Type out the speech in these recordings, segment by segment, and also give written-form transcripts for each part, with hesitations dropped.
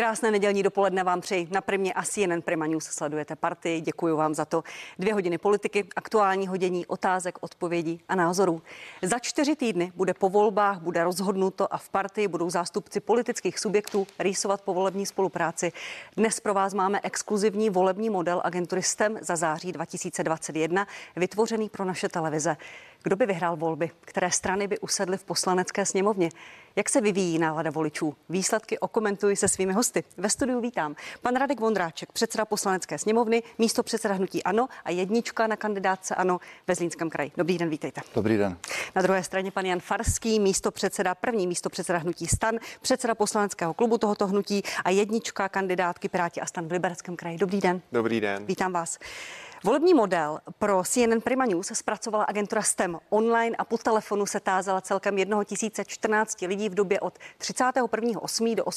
Krásné nedělní dopoledne vám přeji. Na Primě a CNN Prima News sledujete Partii. Děkuji vám za to. 2 hodiny politiky, aktuální hodění otázek, odpovědí a názorů. Za 4 týdny bude po volbách, bude rozhodnuto a v Partii budou zástupci politických subjektů rýsovat povolební spolupráci. Dnes pro vás máme exkluzivní volební model agentury STEM za září 2021, vytvořený pro naše televize. Kdo by vyhrál volby? Které strany by usedly v poslanecké sněmovně? Jak se vyvíjí nálada voličů? Výsledky okomentuji se svými hosty. Ve studiu vítám pan Radek Vondráček, předseda poslanecké sněmovny, místopředseda hnutí ANO a jednička na kandidátce ANO ve Zlínském kraji. Dobrý den, vítejte. Dobrý den. Na druhé straně pan Jan Farský, první místopředseda hnutí STAN, předseda poslaneckého klubu tohoto hnutí a jednička kandidátky Piráti a STAN v Libereckém kraji. Dobrý den. Dobrý den. Vítám vás. Volební model pro CNN Prima News zpracovala agentura STEM online a po telefonu se tázala celkem 1014 lidí v době od 31.8. do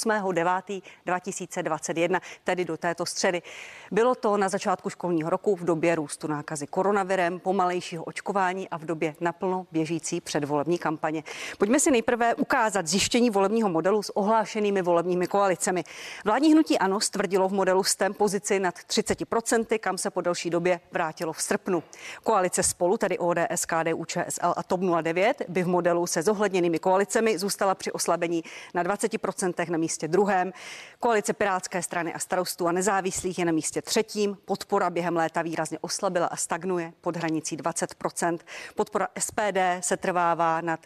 8.9.2021, tedy do této středy. Bylo to na začátku školního roku v době růstu nákazy koronavirem, pomalejšího očkování a v době naplno běžící předvolební kampaně. Pojďme si nejprve ukázat zjištění volebního modelu s ohlášenými volebními koalicemi. Vládní hnutí ANO stvrdilo v modelu STEM pozici nad 30%, kam se po delší době vrátilo v srpnu. Koalice Spolu, tedy ODS, KDU, ČSL a TOP 09, by v modelu se zohledněnými koalicemi zůstala při oslabení na 20% na místě druhém. Koalice Pirátské strany a Starostů a nezávislých je na místě třetím. Podpora během léta výrazně oslabila a stagnuje pod hranicí 20%. Podpora SPD se trvává nad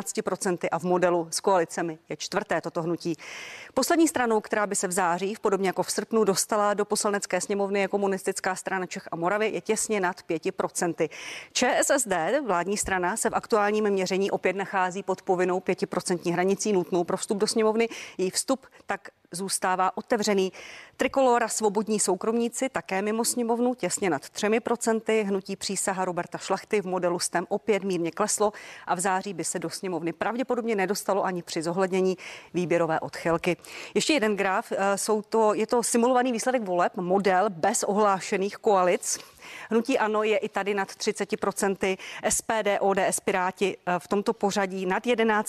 11% a v modelu s koalicemi je čtvrté toto hnutí. Poslední stranou, která by se v září, podobně jako v srpnu, dostala do poslanecké sněmovny, je Komunistická strana Čech a Moravy, je těsně nad 5%. ČSSD, vládní strana, se v aktuálním měření opět nachází pod povinnou 5% hranicí nutnou pro vstup do sněmovny. Její vstup tak zůstává otevřený. Trikolora Svobodní soukromníci také mimo sněmovnu těsně nad 3%. Hnutí Přísaha Roberta Šlachty v modelu STEM opět mírně kleslo a v září by se do sněmovny pravděpodobně nedostalo ani při zohlednění výběrové odchylky. Ještě jeden graf, je to simulovaný výsledek voleb, model bez ohlášených koalic. Hnutí ANO je i tady nad 30%, SPD, ODS, Piráti v tomto pořadí nad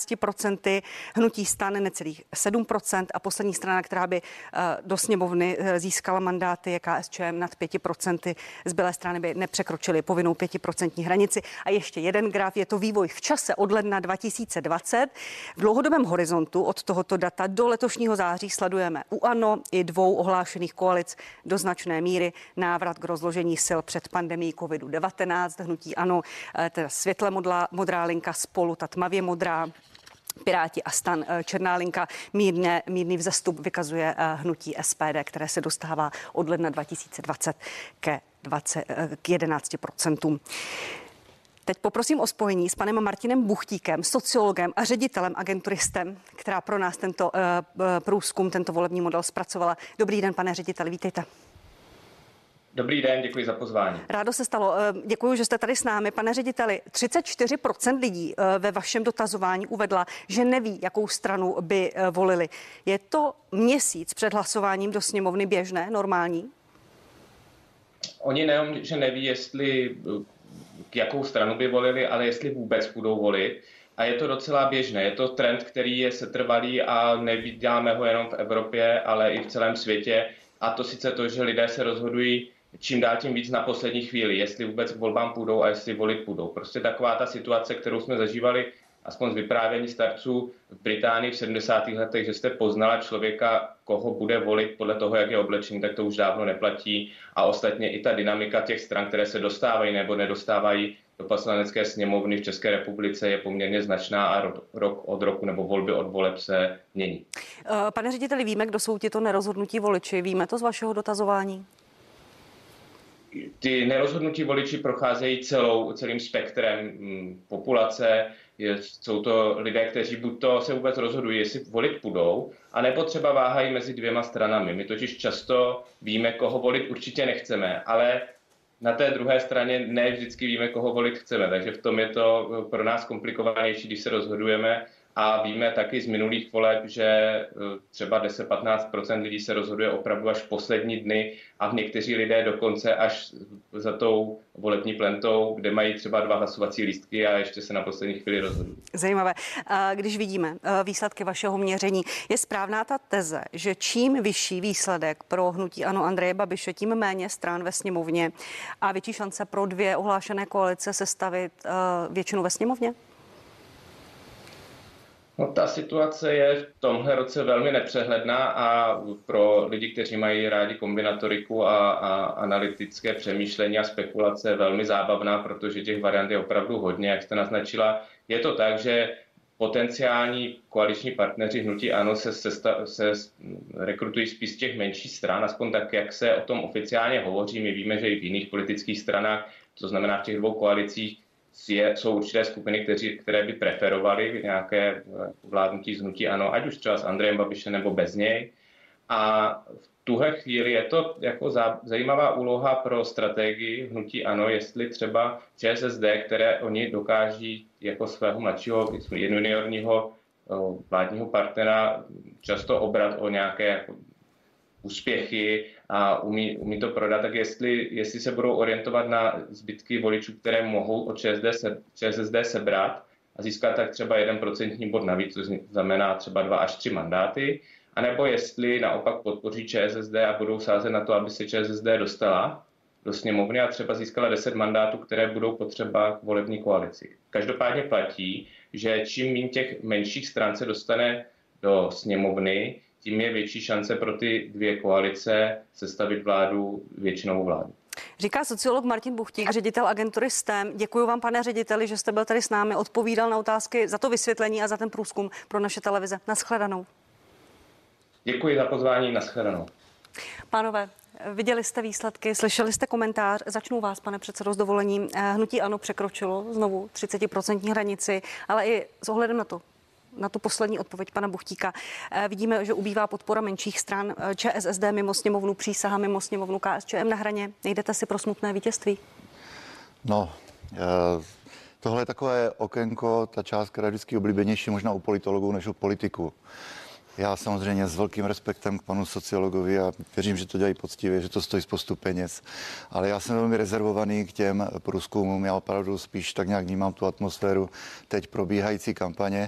11%, hnutí STAN necelých 7% a poslední strana, která by do sněmovny získala mandáty, je KSČM nad 5%. Zbylé strany by nepřekročily povinnou 5% hranici. A ještě jeden graf, je to vývoj v čase od ledna 2020. V dlouhodobém horizontu od tohoto data do letošního září sledujeme u ANO i 2 ohlášených koalic do značné míry návrat k rozložení sil před pandemií COVID-19. Hnutí ANO, teda světle modrá linka, Spolu, ta tmavě modrá, Piráti a STAN, černá linka, mírný vzestup vykazuje hnutí SPD, které se dostává od ledna 2020 k 11%. Teď poprosím o spojení s panem Martinem Buchtíkem, sociologem a ředitelem agentury STEM, která pro nás tento průzkum, tento volební model zpracovala. Dobrý den, pane řediteli, vítejte. Dobrý den, děkuji za pozvání. Rádo se stalo. Děkuji, že jste tady s námi. Pane řediteli, 34% lidí ve vašem dotazování uvedla, že neví, jakou stranu by volili. Je to měsíc před hlasováním do sněmovny běžné, normální? Oni nejenom, že neví, jestli jakou stranu by volili, ale jestli vůbec budou volit. A je to docela běžné. Je to trend, který je setrvalý a nevidíme ho jenom v Evropě, ale i v celém světě. A to sice to, že lidé se rozhodují čím dál tím víc na poslední chvíli, jestli vůbec k volbám půjdou a jestli volit půjdou. Prostě taková ta situace, kterou jsme zažívali, aspoň z vyprávění starců v Británii v 70. letech, že jste poznala člověka, koho bude volit podle toho, jak je oblečený, tak to už dávno neplatí. A ostatně i ta dynamika těch stran, které se dostávají nebo nedostávají do poslanecké sněmovny v České republice, je poměrně značná a rok od roku nebo volby od voleb se mění. Pane řediteli, víme, kdo jsou tito nerozhodnutí voliči? Víme to z vašeho dotazování? Ty nerozhodnutí voliči procházejí celým spektrem populace. Jsou to lidé, kteří buď to se vůbec rozhodují, jestli volit půjdou, anebo třeba váhají mezi 2 stranami. My totiž často víme, koho volit určitě nechceme, ale na té druhé straně ne vždycky víme, koho volit chceme. Takže v tom je to pro nás komplikovanější, když se rozhodujeme. A víme taky z minulých voleb, že třeba 10-15% lidí se rozhoduje opravdu až v poslední dny a někteří lidé dokonce až za tou volební plentou, kde mají třeba 2 hlasovací lístky a ještě se na poslední chvíli rozhodují. Zajímavé. Když vidíme výsledky vašeho měření, je správná ta teze, že čím vyšší výsledek pro hnutí ANO Andreje Babiše, tím méně stran ve sněmovně a větší šance pro 2 ohlášené koalice sestavit většinu ve sněmovně? No, ta situace je v tomhle roce velmi nepřehledná a pro lidi, kteří mají rádi kombinatoriku a analytické přemýšlení a spekulace velmi zábavná, protože těch variant je opravdu hodně, jak jste naznačila. Je to tak, že potenciální koaliční partneři hnutí ANO se rekrutují spíš z těch menších stran, aspoň tak, jak se o tom oficiálně hovoří. My víme, že i v jiných politických stranách, to znamená v těch 2 koalicích, jsou určité skupiny, které by preferovaly nějaké vládnutí z hnutí ANO, ať už třeba s Andrejem Babišem nebo bez něj. A v tuhle chvíli je to jako zajímavá úloha pro strategii hnutí ANO, jestli třeba ČSSD, které oni dokáží jako svého mladšího juniorního vládního partnera často obrat o nějaké jako úspěchy a umí to prodat, tak jestli se budou orientovat na zbytky voličů, které mohou od ČSSD sebrat a získat tak třeba 1% bod navíc, což znamená třeba 2 až 3 mandáty, anebo jestli naopak podpoří ČSSD a budou sázet na to, aby se ČSSD dostala do sněmovny a třeba získala 10 mandátů, které budou potřeba k volební koalici. Každopádně platí, že čím méně těch menších stran se dostane do sněmovny, tím je větší šance pro ty 2 koalice sestavit většinovou vládu. Říká sociolog Martin Buchtík, ředitel agentury STEM. Děkuji vám, pane řediteli, že jste byl tady s námi, odpovídal na otázky, za to vysvětlení a za ten průzkum pro naše televize. Naschledanou. Děkuji za pozvání, naschledanou. Pánové, viděli jste výsledky, slyšeli jste komentář. Začnu vás, pane předsedo, s dovolením. Hnutí ANO překročilo znovu 30% hranici, ale i s ohledem na tu poslední odpověď pana Buchtíka. Vidíme, že ubývá podpora menších stran, ČSSD mimo sněmovnu, Přísaha mimo sněmovnu, KSČM na hraně. Nejdete si pro smutné vítězství? No, tohle je takové okénko, ta část, která je vždycky oblíbenější možná u politologů než u politiků. Já samozřejmě s velkým respektem k panu sociologovi a věřím, že to dělají poctivě, že to stojí spoustu peněz. Ale já jsem velmi rezervovaný k těm průzkumům. Já opravdu spíš tak nějak vnímám tu atmosféru teď probíhající kampaně.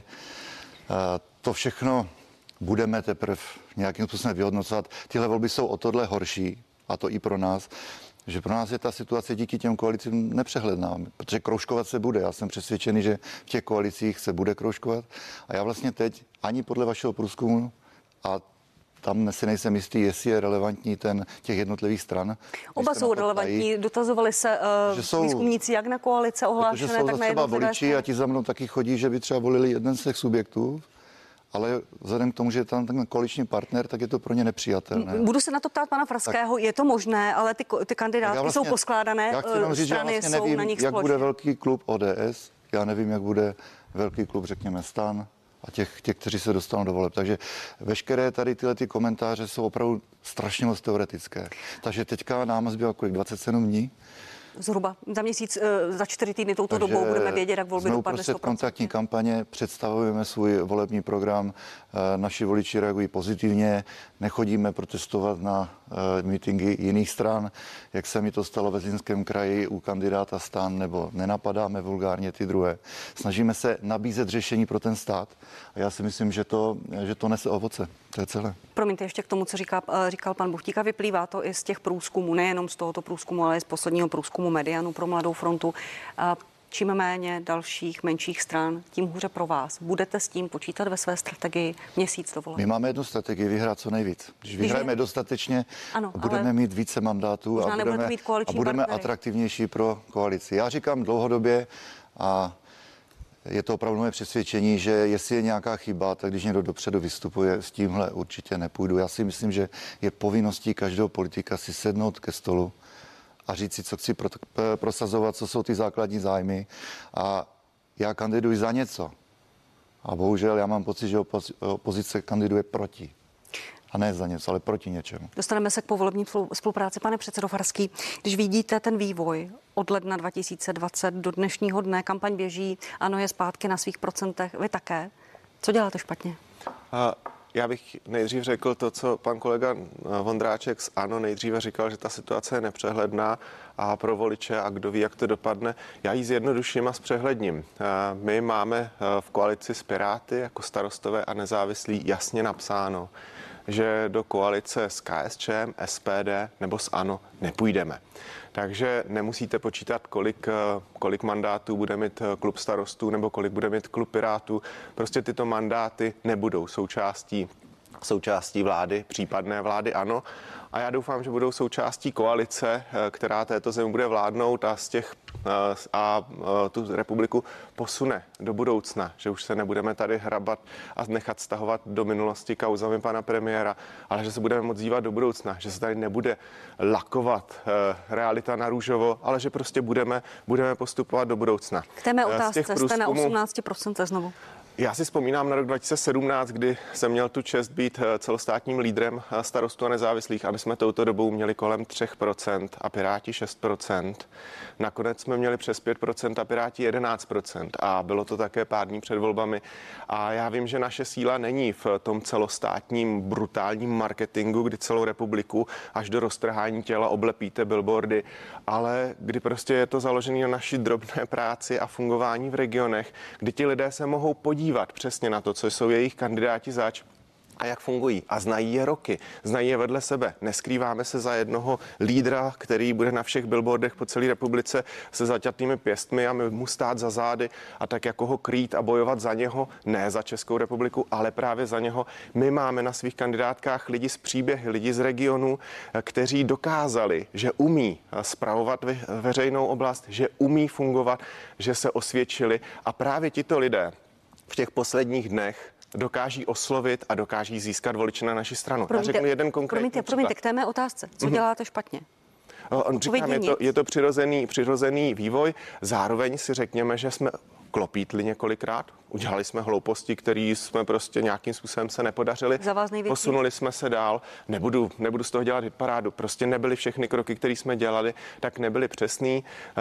To všechno budeme teprve nějakým způsobem vyhodnocovat. Tyhle volby jsou o tohle horší, a to i pro nás, že pro nás je ta situace díky těm koalicím nepřehledná, protože kroužkovat se bude. Já jsem přesvědčený, že v těch koalicích se bude kroužkovat a já vlastně teď ani podle vašeho průzkumu a tam si nejsem jistý, jestli je relevantní těch jednotlivých stran. Oba jsou relevantní, dotazovali se výzkumníci jak na koalice ohlášené, tak na jednotlivé třeba voliči a ti za mnou taky chodí, že by třeba volili jeden z těch subjektů, ale vzhledem k tomu, že je tam ten koaliční partner, tak je to pro ně nepřijatelné. Budu se na to ptát pana Farského, je to možné, ale ty kandidátky jsou poskládané, já chci vám říct, strany že jsou nevím, na nich jak společně. bude velký klub ODS, já nevím, jak bude velký klub, řekněme, STAN a těch, kteří se dostanou do voleb. Takže veškeré tady tyhle ty komentáře jsou opravdu strašně moc teoretické. Takže teďka nám zbývá kolik, 27 dní? Zhruba za měsíc, za 4 týdny touto dobou budeme vědět, jak volby dopadne. Jsme kontaktní kampaně, představujeme svůj volební program, naši voliči reagují pozitivně, nechodíme protestovat na mítingy jiných stran, jak se mi to stalo ve Zlínském kraji u kandidáta STAN, nebo nenapadáme vulgárně ty druhé. Snažíme se nabízet řešení pro ten stát a já si myslím, že to nese ovoce. To je celé. Promiňte, ještě k tomu, co říkal pan Buchtík, a vyplývá to i z těch průzkumů, nejenom z tohoto průzkumu, ale i z posledního průzkumu Medianu pro Mladou frontu. Čím méně dalších menších stran, tím hůře pro vás. Budete s tím počítat ve své strategii měsíc do voleb? My máme jednu strategii, vyhrát co nejvíc. Když vyhrajeme dostatečně, ano, budeme mít více mandátů a budeme atraktivnější pro koalici. Já říkám dlouhodobě a je to opravdu moje přesvědčení, že jestli je nějaká chyba, tak když někdo dopředu vystupuje, s tímhle určitě nepůjdu. Já si myslím, že je povinností každého politika si sednout ke stolu a říct si, co chci prosazovat, co jsou ty základní zájmy. A já kandiduji za něco. A bohužel já mám pocit, že opozice kandiduje proti. A ne za něco, ale proti něčemu. Dostaneme se k povolební spolupráci. Pane předsedo Farský, když vidíte ten vývoj od ledna 2020 do dnešního dne, kampaň běží, ANO je zpátky na svých procentech, vy také. Co děláte špatně? Já bych nejdřív řekl to, co pan kolega Vondráček z ANO nejdříve říkal, že ta situace je nepřehledná a pro voliče a kdo ví, jak to dopadne. Já ji zjednoduším a zpřehledním. My máme v koalici s Piráty jako Starostové a nezávislí jasně napsáno, že do koalice s KSČM, SPD nebo s ANO nepůjdeme. Takže nemusíte počítat, kolik mandátů bude mít klub Starostů nebo kolik bude mít klub Pirátů. Prostě tyto mandáty nebudou součástí vlády, případné vlády ANO. A já doufám, že budou součástí koalice, která této zemi bude vládnout a tu republiku posune do budoucna, že už se nebudeme tady hrabat a nechat stahovat do minulosti kauzami pana premiéra, ale že se budeme moct dívat do budoucna, že se tady nebude lakovat realita na růžovo, ale že prostě budeme postupovat do budoucna. K té mé otázce jste na 18% znovu. Já si vzpomínám na rok 2017, kdy jsem měl tu čest být celostátním lídrem Starostů a nezávislých a my jsme touto dobou měli kolem 3% a Piráti 6%. Nakonec jsme měli přes 5% a Piráti 11% a bylo to také pár dní před volbami. A já vím, že naše síla není v tom celostátním brutálním marketingu, kdy celou republiku až do roztrhání těla oblepíte billboardy, ale kdy prostě je to založené na naší drobné práci a fungování v regionech, kdy ti lidé se mohou podívat přesně na to, co jsou jejich kandidáti zač a jak fungují. A znají je roky, znají je vedle sebe. Neskrýváme se za jednoho lídra, který bude na všech billboardech po celé republice se zaťatými pěstmi a my mu stát za zády a tak jako ho krýt a bojovat za něho, ne za Českou republiku, ale právě za něho. My máme na svých kandidátkách lidi z příběhy, lidi z regionů, kteří dokázali, že umí spravovat veřejnou oblast, že umí fungovat, že se osvědčili a právě tito lidé v těch posledních dnech dokáží oslovit a dokáží získat voliče na naši stranu. Já řeknu jeden konkrétní Promiňte, k té mé otázce. Co děláte špatně? Říkám, je to přirozený vývoj. Zároveň si řekněme, že jsme klopítli několikrát. Udělali jsme hlouposti, které jsme prostě nějakým způsobem se nepodařili. Za vás největší? Posunuli jsme se dál. Nebudu z toho dělat hitparádu. Prostě nebyly všechny kroky, které jsme dělali, tak nebyly přesný.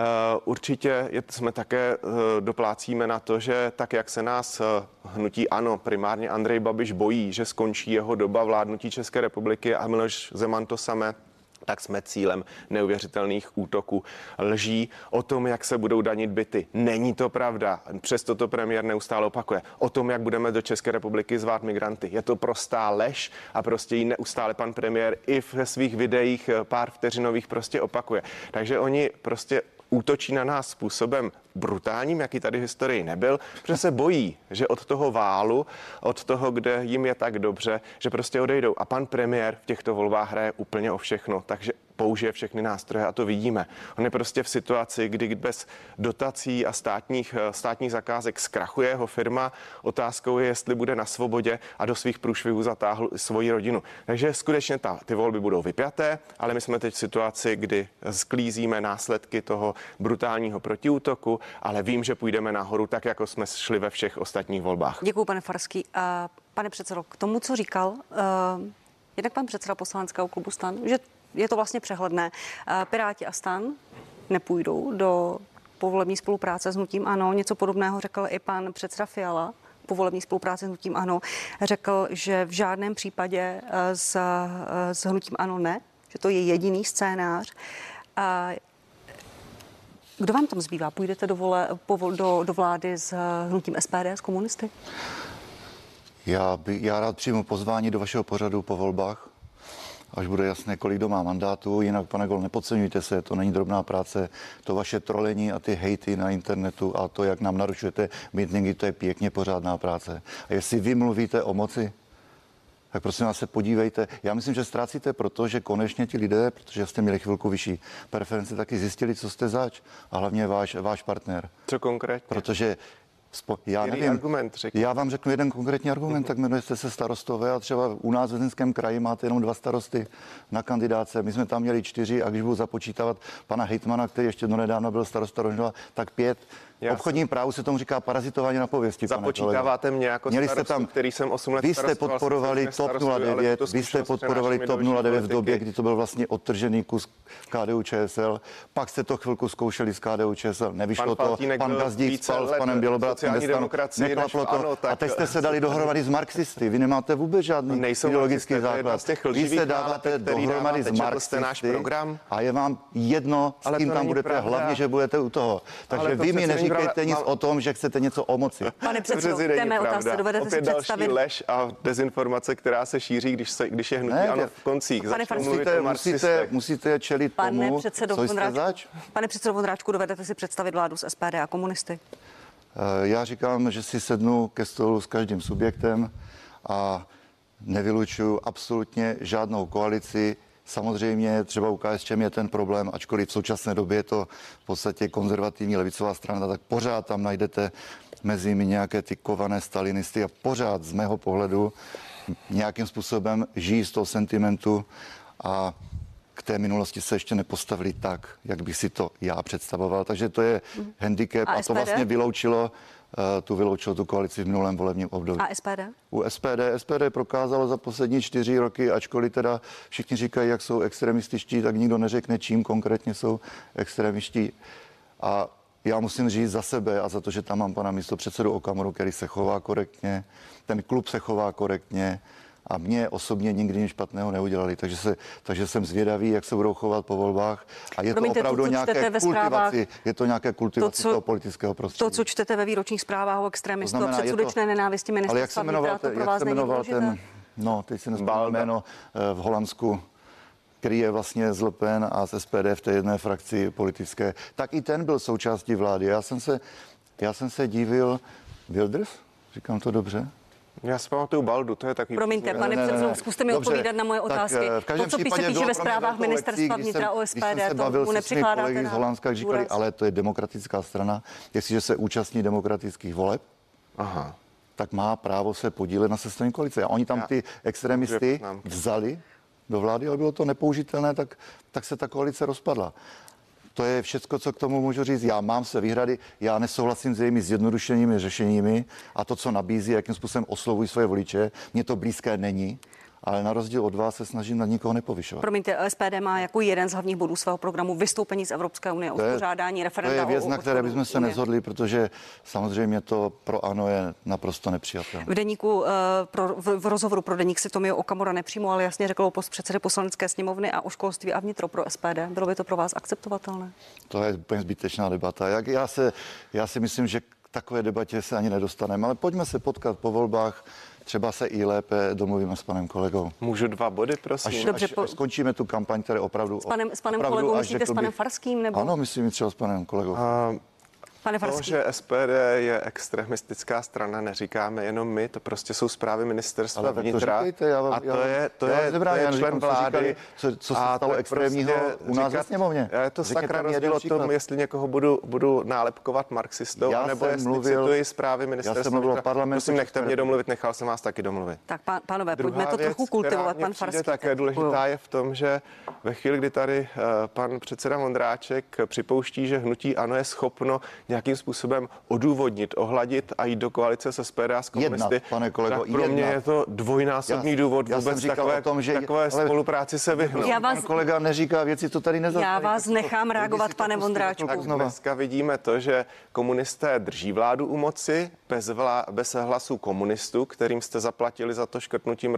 Určitě jsme také doplácíme na to, že tak, jak se nás hnutí ANO, primárně Andrej Babiš bojí, že skončí jeho doba vládnutí České republiky a Miloš Zeman to samé, tak jsme cílem neuvěřitelných útoků, lží o tom, jak se budou danit byty. Není to pravda, přesto to premiér neustále opakuje. O tom, jak budeme do České republiky zvát migranty. Je to prostá lež a prostě ji neustále pan premiér i ve svých videích pár vteřinových prostě opakuje. Takže oni prostě útočí na nás způsobem brutálním, jaký tady v historii nebyl, protože se bojí, že od toho válu, od toho, kde jim je tak dobře, že prostě odejdou. A pan premiér v těchto volbách hraje úplně o všechno, takže použije všechny nástroje a to vidíme. On je prostě v situaci, kdy bez dotací a státních zakázek zkrachuje jeho firma. Otázkou je, jestli bude na svobodě a do svých průšvihů zatáhl svoji rodinu. Takže skutečně ty volby budou vypjaté, ale my jsme teď v situaci, kdy sklízíme následky toho brutálního protiútoku, ale vím, že půjdeme nahoru tak, jako jsme šli ve všech ostatních volbách. Děkuji, pane Farský. A pane předsedo, k tomu, co říkal, jednak pan předseda poslaneckého klubu STAN, že je to vlastně přehledné. Piráti a STAN nepůjdou do povolební spolupráce s hnutím ANO. Něco podobného řekl i pan předseda Fiala. Povolební spolupráce s hnutím ANO řekl, že v žádném případě s hnutím ANO ne, že to je jediný scénář. Kdo vám tam zbývá? Půjdete do vlády s hnutím SPD, s komunisty? Já rád přijmu pozvání do vašeho pořadu po volbách, až bude jasné, kolik kdo má mandátu. Jinak, pane Gol, nepodceňujte se, to není drobná práce. To vaše trolení a ty hejty na internetu a to, jak nám narušujete mítningy, to je pěkně pořádná práce. A jestli vy mluvíte o moci, tak prosím vás se podívejte. Já myslím, že ztrácíte proto, že konečně ti lidé, protože jste měli chvilku vyšší preference, taky zjistili, co jste zač. A hlavně váš partner. Co konkrétně? Protože já nevím, já vám řeknu jeden konkrétní argument, tak jmenujete se Starostové a třeba u nás v Zlínském kraji máte jenom 2 starosty na kandidáce. My jsme tam měli 4 a když budu započítávat pana hejtmana, který ještě donedávna byl starosta Rožnova, tak 5. Obchodním právu se tomu říká parazitování na pověsti. Započítáváte mě jako starostu, který jsem 8 let Vy jste podporovali TOP 09, vy jste podporovali TOP 09 v době, kdy to byl vlastně odtržený kus KDU ČSL. Pak jste to chvilku zkoušeli s KDU ČSL, nevyšlo to. Pan Gazdík spal s panem Bělobrádkem. sociální ve STANu, demokracii neklaplo než to. ANO, tak A teď jste se dali dohromady s marxisty. Vy nemáte vůbec žádný Nejsou ideologický marxisté, to je jedna základ. z těch Vy lživých se dáváte nálepek, který dohromady s dáváte. Četl jste náš marxisty program? a je vám jedno, s Ale kým to tam není budete, pravda. hlavně, že budete u toho. Takže Ale to vy mi přece není neříkejte pravda. nic o tom, že chcete něco o moci. Pane předsedo, Přeci k té není mé pravda. otázce dovedete si Opět představit. další lež a dezinformace, která se šíří, když je hnutí Ne, ANO v koncích. Pane Začnou Farský, mluvit o marxistech. Musíte čelit Pane tomu, předsedo co jste Vondráčku, zač. pane předsedo Vondráčku, dovedete si představit vládu s SPD a komunisty? Já říkám, že si sednu ke stolu s každým subjektem a nevylučuju absolutně žádnou koalici. Samozřejmě třeba u KSČM je ten problém, ačkoliv v současné době je to v podstatě konzervativní levicová strana, tak pořád tam najdete mezi nimi nějaké ty kované stalinisty a pořád z mého pohledu nějakým způsobem žijí z toho sentimentu a k té minulosti se ještě nepostavili tak, jak bych si to já představoval. Takže to je handicap a to SPD? vlastně vyloučilo tu koalici v minulém volebním období. A SPD? U SPD prokázalo za poslední 4 roky, ačkoliv teda všichni říkají, jak jsou extremističtí, tak nikdo neřekne, čím konkrétně jsou extremističtí. A já musím říct za sebe a za to, že tam mám pana místopředsedu Okamuru, který se chová korektně, ten klub se chová korektně a mě osobně nikdy nic špatného neudělali, takže jsem zvědavý, jak se budou chovat po volbách a je Promiňte, to opravdu to, co čtete nějaké ve zprávách, kultivaci, je to nějaké kultivaci toho politického prostředí. To, co čtete ve výročních zprávách o extremistů a je předsudečné nenávisti ale jak se ministerstva vnitra, to pro vás není důležité? teď si nespomínám jméno v Holandsku, který je vlastně z Le Pen a z SPD v té jedné frakci politické, tak i ten byl součástí vlády. Já jsem se divil, Wilders, říkám to dobře? Já si pamatuju Baldu, to je takový... Promiňte, pane předsedo, zkuste mi Dobře, odpovídat na moje otázky. To, co píše ve zprávách ministerstva vnitra o SPD, to mu nepřikládáte z Holandska, na říkali, důraz? ale to je demokratická strana, jestliže se účastní demokratických voleb, Aha. tak má právo se podílet na sestavení koalice. A oni tam ty extremisty vzali do vlády, ale bylo to nepoužitelné, tak se ta koalice rozpadla. To je všecko, co k tomu můžu říct. Já mám své výhrady, já nesouhlasím s jejími zjednodušenými řešeními a to, co nabízí, jakým způsobem oslovují svoje voliče, mně to blízké není, ale na rozdíl od vás se snažím na nikoho nepovyšovat. Promiňte, SPD má jako jeden z hlavních bodů svého programu vystoupení z Evropské unie, uspořádání referenda. To je věc, na které odchodu bychom se Unie. neshodli, protože samozřejmě to pro ANO je naprosto nepřijatelné. V deníku, v rozhovoru pro deník si Tomio Okamura nepřímo, ale jasně řekl post předsedy Poslanecké sněmovny a o školství a vnitro pro SPD. Bylo by to pro vás akceptovatelné? To je úplně zbytečná debata. Já si myslím, že k takové debatě se ani nedostaneme, ale pojďme se potkat po volbách. Třeba se i lépe domluvíme s panem kolegou. Můžu 2 body, prosím? Dobře, Až skončíme tu kampaň, které opravdu... S panem kolegou myslíte s panem Farským? Nebo? Ano, myslím třeba s panem kolegou. Pane To, Farský. že SPD je extremistická strana, neříkáme jenom my, to prostě jsou zprávy ministerstva Ale tak to vnitra. říkejte, to je člen vlády. Co se stalo extrémního u nás ve sněmovně. Je to Řekněte sakra mi jeden rozdíl o příklad. tom, jestli někoho budu nálepkovat marxistou, nebo jestli cituji zprávy ministerstva mluvil o vnitra. parlamentu Prosím, nechte České mě domluvit, nechal jsem vás taky domluvit. Tak pánové, Druhá pojďme to věc, trochu kultivovat, která pan mně přijde Farský. také důležitá je v tom, že ve chvíli, kdy tady pan předseda Vondráček připouští, že hnutí ANO je schopno nějakým způsobem odůvodnit, ohladit a jít do koalice se SPD a s komunisty, pane kolego, tak pro mě je to dvojnásobný důvod já jsem vůbec říkal takové, o tom, že- takové ale- spolupráci se vyhnout. Pan kolega neříká věci, to tady nezaznělo. Já vás nechám reagovat, pane Vondráčku. Tak znova. Dneska vidíme to, že komunisté drží vládu u moci bez hlasu komunistů, kterým jste zaplatili za to škrtnutím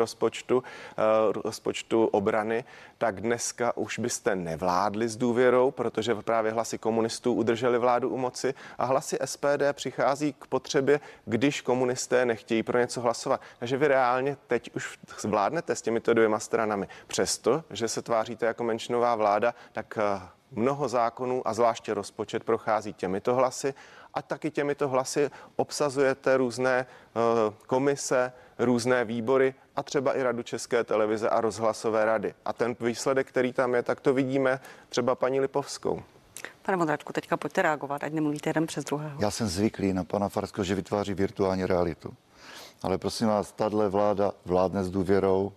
rozpočtu obrany, tak dneska už byste nevládli s důvěrou, protože právě hlasy komunistů udrželi vládu u moci a hlasy SPD přichází k potřebě, když komunisté nechtějí pro něco hlasovat. Takže vy reálně teď už vládnete s těmito 2 stranami. Přesto, že se tváříte jako menšinová vláda, tak mnoho zákonů a zvláště rozpočet prochází těmito hlasy a taky těmito hlasy obsazujete různé komise, různé výbory a třeba i Radu České televize a rozhlasové rady. A ten výsledek, který tam je, tak to vidíme třeba paní Lipovskou. Pane Vondráčku, teďka pojďte reagovat, ať nemluvíte jeden přes druhého. Já jsem zvyklý na pana Farského, že vytváří virtuální realitu. Ale prosím vás, tahle vláda vládne s důvěrou.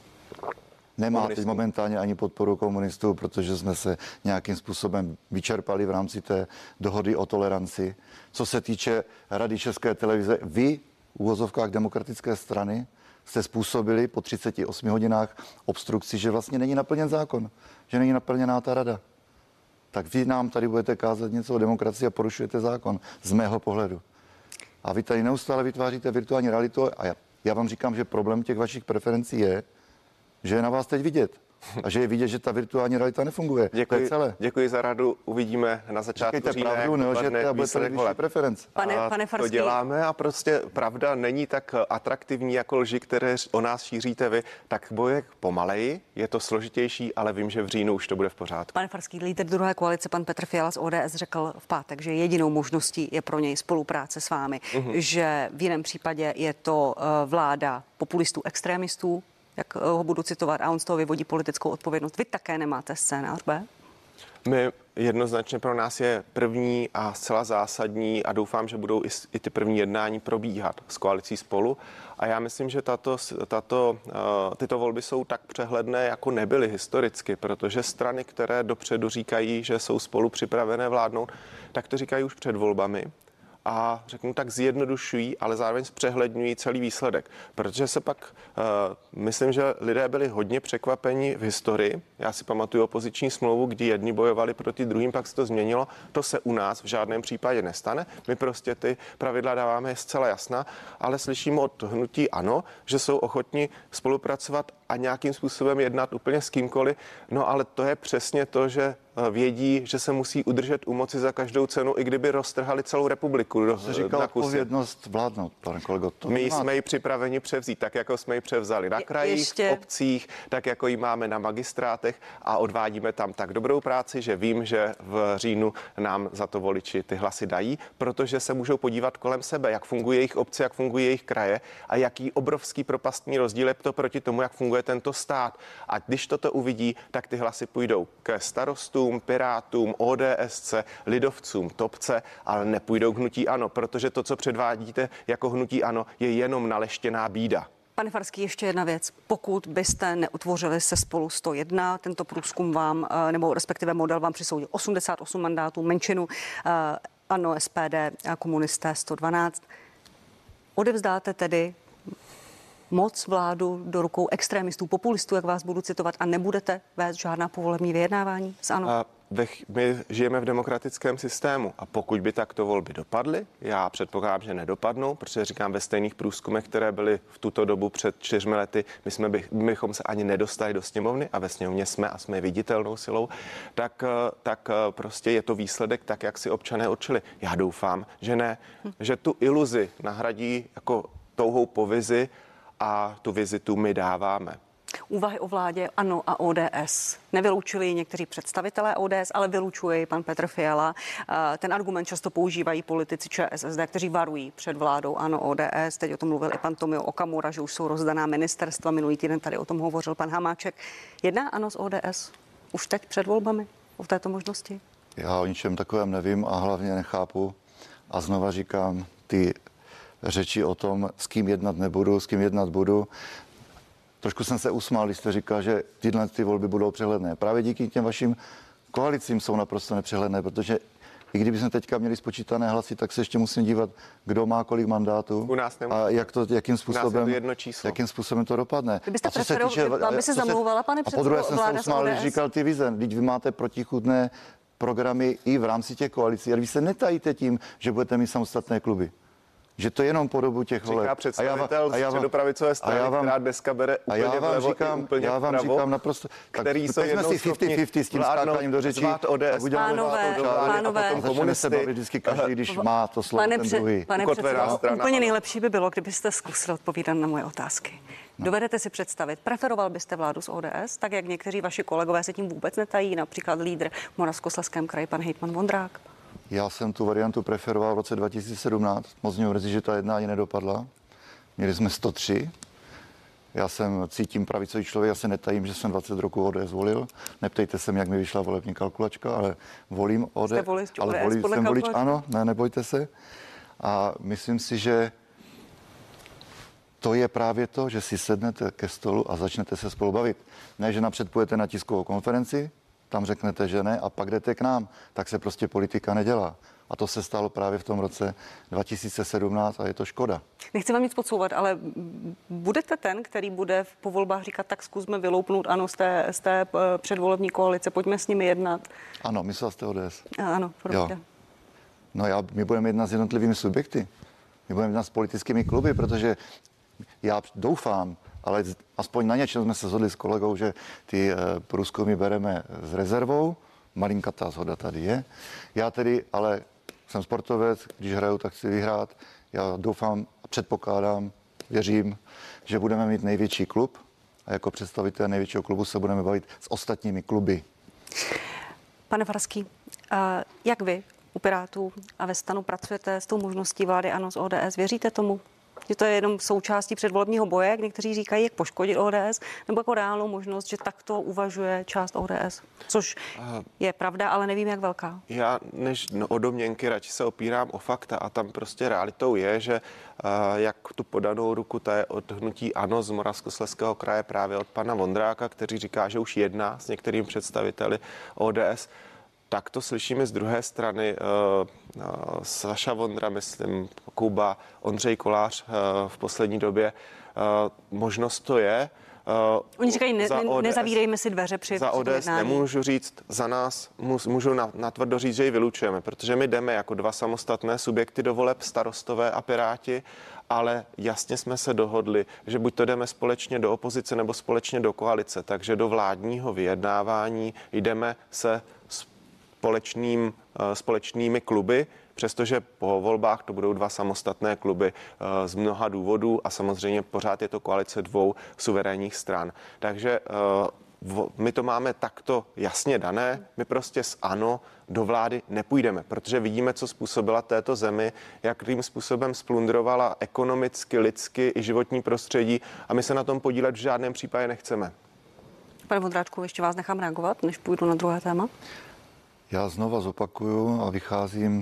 Nemá teď momentálně ani podporu komunistů, protože jsme se nějakým způsobem vyčerpali v rámci té dohody o toleranci. Co se týče Rady České televize, vy v uvozovkách demokratické strany jste způsobili po 38 hodinách obstrukci, že vlastně není naplněn zákon, že není naplněná ta rada. Tak vy nám tady budete kázat něco o demokracii a porušujete zákon, z mého pohledu. A vy tady neustále vytváříte virtuální realitu a já vám říkám, že problém těch vašich preferencí je, že je na vás teď vidět. A že je vidět, že ta virtuální realita nefunguje. Děkuji, to je celé. Děkuji za radu. Uvidíme na začátku října, pravdu, nelžete a budete vyšší preference. Pane Farský. To děláme a prostě pravda není tak atraktivní jako lži, které o nás šíříte vy. Tak boje pomaleji, je to složitější, ale vím, že v říjnu už to bude v pořádku. Pane Farský, lídr druhé koalice, pan Petr Fiala z ODS řekl v pátek, že jedinou možností je pro něj spolupráce s vámi, že v jiném případě je to vláda populistů, extrémistů, jak ho budu citovat, a on z toho vyvodí politickou odpovědnost. Vy také nemáte scénář B? My jednoznačně pro nás je první a zcela zásadní a doufám, že budou i ty první jednání probíhat s koalicí Spolu. A já myslím, že tyto volby jsou tak přehledné, jako nebyly historicky, protože strany, které dopředu říkají, že jsou spolu připravené vládnout, tak to říkají už před volbami. A řeknu tak zjednodušují, ale zároveň zpřehledňují celý výsledek. Protože se pak, myslím, že lidé byli hodně překvapeni v historii. Já si pamatuju opoziční smlouvu, kdy jedni bojovali proti druhým, pak se to změnilo. To se u nás v žádném případě nestane. My prostě ty pravidla dáváme zcela jasná, ale slyším od hnutí ANO, že jsou ochotni spolupracovat a nějakým způsobem jednat úplně s kýmkoliv. No ale to je přesně to, že vědí, že se musí udržet u moci za každou cenu, i kdyby roztrhali celou republiku. Se říká odpovědnost vládnout, pane kolego. My jsme ji připraveni převzít, tak jako jsme ji převzali na krajích, v obcích, tak jako ji máme na magistrátech a odvádíme tam tak dobrou práci, že vím, že v říjnu nám za to voliči ty hlasy dají, protože se můžou podívat kolem sebe, jak fungují jejich obce, jak fungují jejich kraje a jaký obrovský propastní rozdíl je to proti tomu, jak funguje tento stát. A když toto uvidí, tak ty hlasy půjdou ke starostům, Pirátům, ODSC, lidovcům, Topce, ale nepůjdou k hnutí ANO, protože to, co předvádíte jako hnutí ANO, je jenom naleštěná bída. Pane Farský, ještě jedna věc. Pokud byste neutvořili se Spolu 101, tento průzkum vám, nebo respektive model vám přisoudil 88 mandátů, menšinu, ANO, SPD, komunisté 112. Odevzdáte tedy moc vládu do rukou extrémistů, populistů, jak vás budu citovat, a nebudete vést žádná povolební vyjednávání s ANO? My žijeme v demokratickém systému a pokud by takto volby dopadly, já předpokládám, že nedopadnou, protože říkám ve stejných průzkumech, které byly v tuto dobu před 4 lety, my bychom se ani nedostali do sněmovny a ve sněmovně jsme a jsme viditelnou silou, tak prostě je to výsledek tak, jak si občané určili. Já doufám, že ne, že tu iluzi nahradí jako touhou po vizi a tu vizitu my dáváme. Úvahy o vládě ANO a ODS. Nevyloučili ji někteří představitelé ODS, ale vylučuje ji pan Petr Fiala. Ten argument často používají politici ČSSD, kteří varují před vládou ANO ODS. Teď o tom mluvil i pan Tomio Okamura, že už jsou rozdaná ministerstva. Minulý týden tady o tom hovořil pan Hamáček. Jedná ANO s ODS už teď před volbami o této možnosti? Já o ničem takovém nevím a hlavně nechápu. A znova říkám, ty řeči o tom, s kým jednat nebudu, s kým jednat budu. Trošku jsem se usmál, když jste říkal, že ty volby budou přehledné. Právě díky těm vašim koalicím jsou naprosto nepřehledné, protože i kdybychom teďka měli spočítané hlasy, tak se ještě musím dívat, kdo má kolik mandátů u nás a jakým způsobem to dopadne. Kdybyste preferoval, vám by se zamlouvala, pane předsedo, a podruhé jsem se usmál, když říkal ty vize. Vždyť vy máte protichůdné programy i v rámci těch koalicí, ale vy se netajíte tím, že budete mít samostatné kluby. Že to je jenom po dobu těch voleb. Říká představitel středopravicové strany, která dneska bere úplně vlevo i úplně já vám vpravo, říkám naprosto, který jsou jednou si 50-50 s tím skákáním do řečí. Pánové, začneme se bavit vždycky každý, když má to slovo ten druhý. Pane předsedo, úplně nejlepší by bylo, kdybyste zkusili odpovídat na moje otázky. Dovedete si představit, preferoval byste vládu s ODS, tak jak někteří vaši kolegové se tím vůbec netají, například lídr v Moravskoslezském kraji, pan hejtman Vondrák? Já jsem tu variantu preferoval v roce 2017. Moc mě mrzí, že ta jednání nedopadla. Měli jsme 103. Já cítím pravicový člověk, já se netajím, že jsem 20 roků ODS zvolil. Neptejte se, jak mi vyšla volební kalkulačka, ale volím ODS. Jste volič ODS ale jsem volič, ano, nebojte se. A myslím si, že to je právě to, že si sednete ke stolu a začnete se spolu bavit. Ne, že napřed půjdete na tiskovou konferenci, tam řeknete, že ne, a pak jdete k nám. Tak se prostě politika nedělá. A to se stalo právě v tom roce 2017 a je to škoda. Nechci vám nic podsouvat, ale budete ten, který bude po volbách říkat, tak zkusme vyloupnout ANO z té předvolební koalice, pojďme s nimi jednat. Ano, myslel jste ODS. Ano, prostě. No my budeme jednat s jednotlivými subjekty. My budeme jednat s politickými kluby, protože já doufám, ale aspoň na něčem jsme se shodli s kolegou, že ty průzkumy bereme s rezervou. Malinkatá shoda tady je. Já tedy ale jsem sportovec, když hraju, tak chci vyhrát. Já doufám a předpokládám, věřím, že budeme mít největší klub a jako představitel největšího klubu se budeme bavit s ostatními kluby. Pane Farský, jak vy u Pirátů a ve STANu pracujete s tou možností vlády ANO z ODS? Věříte tomu, že to je jenom součástí předvolebního boje, jak někteří říkají, jak poškodit ODS, nebo jako reálnou možnost, že takto uvažuje část ODS? Což je pravda, ale nevím, jak velká. Já než o domněnky radši se opírám o fakta a tam prostě realitou je, že jak tu podanou ruku, ta je od hnutí ANO z Moravskoslezského kraje právě od pana Vondráka, který říká, že už jedná s některými představiteli ODS. Tak to slyšíme z druhé strany. Saša Vondra, myslím, Kuba, Ondřej Kolář v poslední době. Možnost to je. Oni říkají, nezavírejme si dveře při za ODS jednání. Nemůžu říct, za nás můžu natvrdo říct, že ji vylučujeme, protože my jdeme jako dva samostatné subjekty do voleb, Starostové a Piráti, ale jasně jsme se dohodli, že buď to jdeme společně do opozice nebo společně do koalice, takže do vládního vyjednávání jdeme se společnými kluby, přestože po volbách to budou dva samostatné kluby z mnoha důvodů a samozřejmě pořád je to koalice dvou suverénních stran. Takže my to máme takto jasně dané, my prostě s ANO do vlády nepůjdeme, protože vidíme, co způsobila této zemi, jakým způsobem splundrovala ekonomicky, lidsky i životní prostředí a my se na tom podílet v žádném případě nechceme. Pane Vondráčku, ještě vás nechám reagovat, než půjdu na druhé téma. Já znova zopakuju a vycházím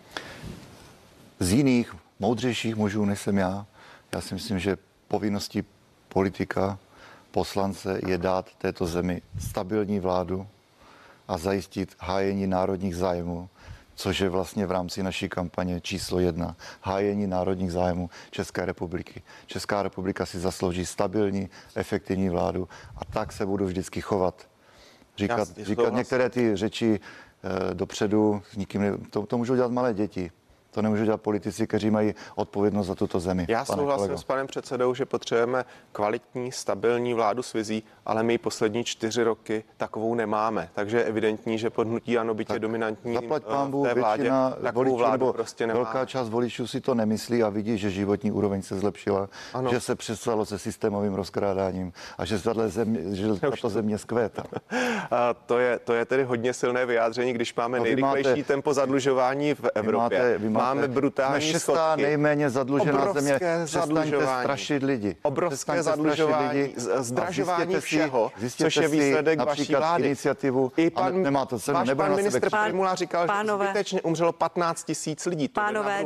z jiných, moudřejších mužů, než jsem já. Já si myslím, že povinností politika, poslance je dát této zemi stabilní vládu a zajistit hájení národních zájmů, což je vlastně v rámci naší kampaně číslo 1. Hájení národních zájmů České republiky. Česká republika si zaslouží stabilní, efektivní vládu a tak se budu vždycky chovat. Říkat některé ty řeči dopředu, s nikým to můžou dělat malé děti. To nemůžou dělat politici, kteří mají odpovědnost za tuto zemi. Já souhlasím s panem předsedou, že potřebujeme kvalitní, stabilní vládu s vizí, ale my poslední 4 roky takovou nemáme. Takže je evidentní, že pod hnutí ANO byť je dominantní v té vládě, takovou vládu prostě nemáme. Velká část voličů si to nemyslí a vidí, že životní úroveň se zlepšila, ano. Že se přestalo se systémovým rozkrádáním a že tato země zkvétá. To je tedy hodně silné vyjádření, když máme nejrychlejší tempo zadlužování v Evropě. Máme brutální šestá nejméně zadlužená země. Přestaňte strašit lidi. Obrovské zadlužování, zdražování všeho, což je výsledek vaší vlády. Iniciativu, I pan ministr Primula říkal, že zbytečně umřelo 15 000 lidí. Pánové,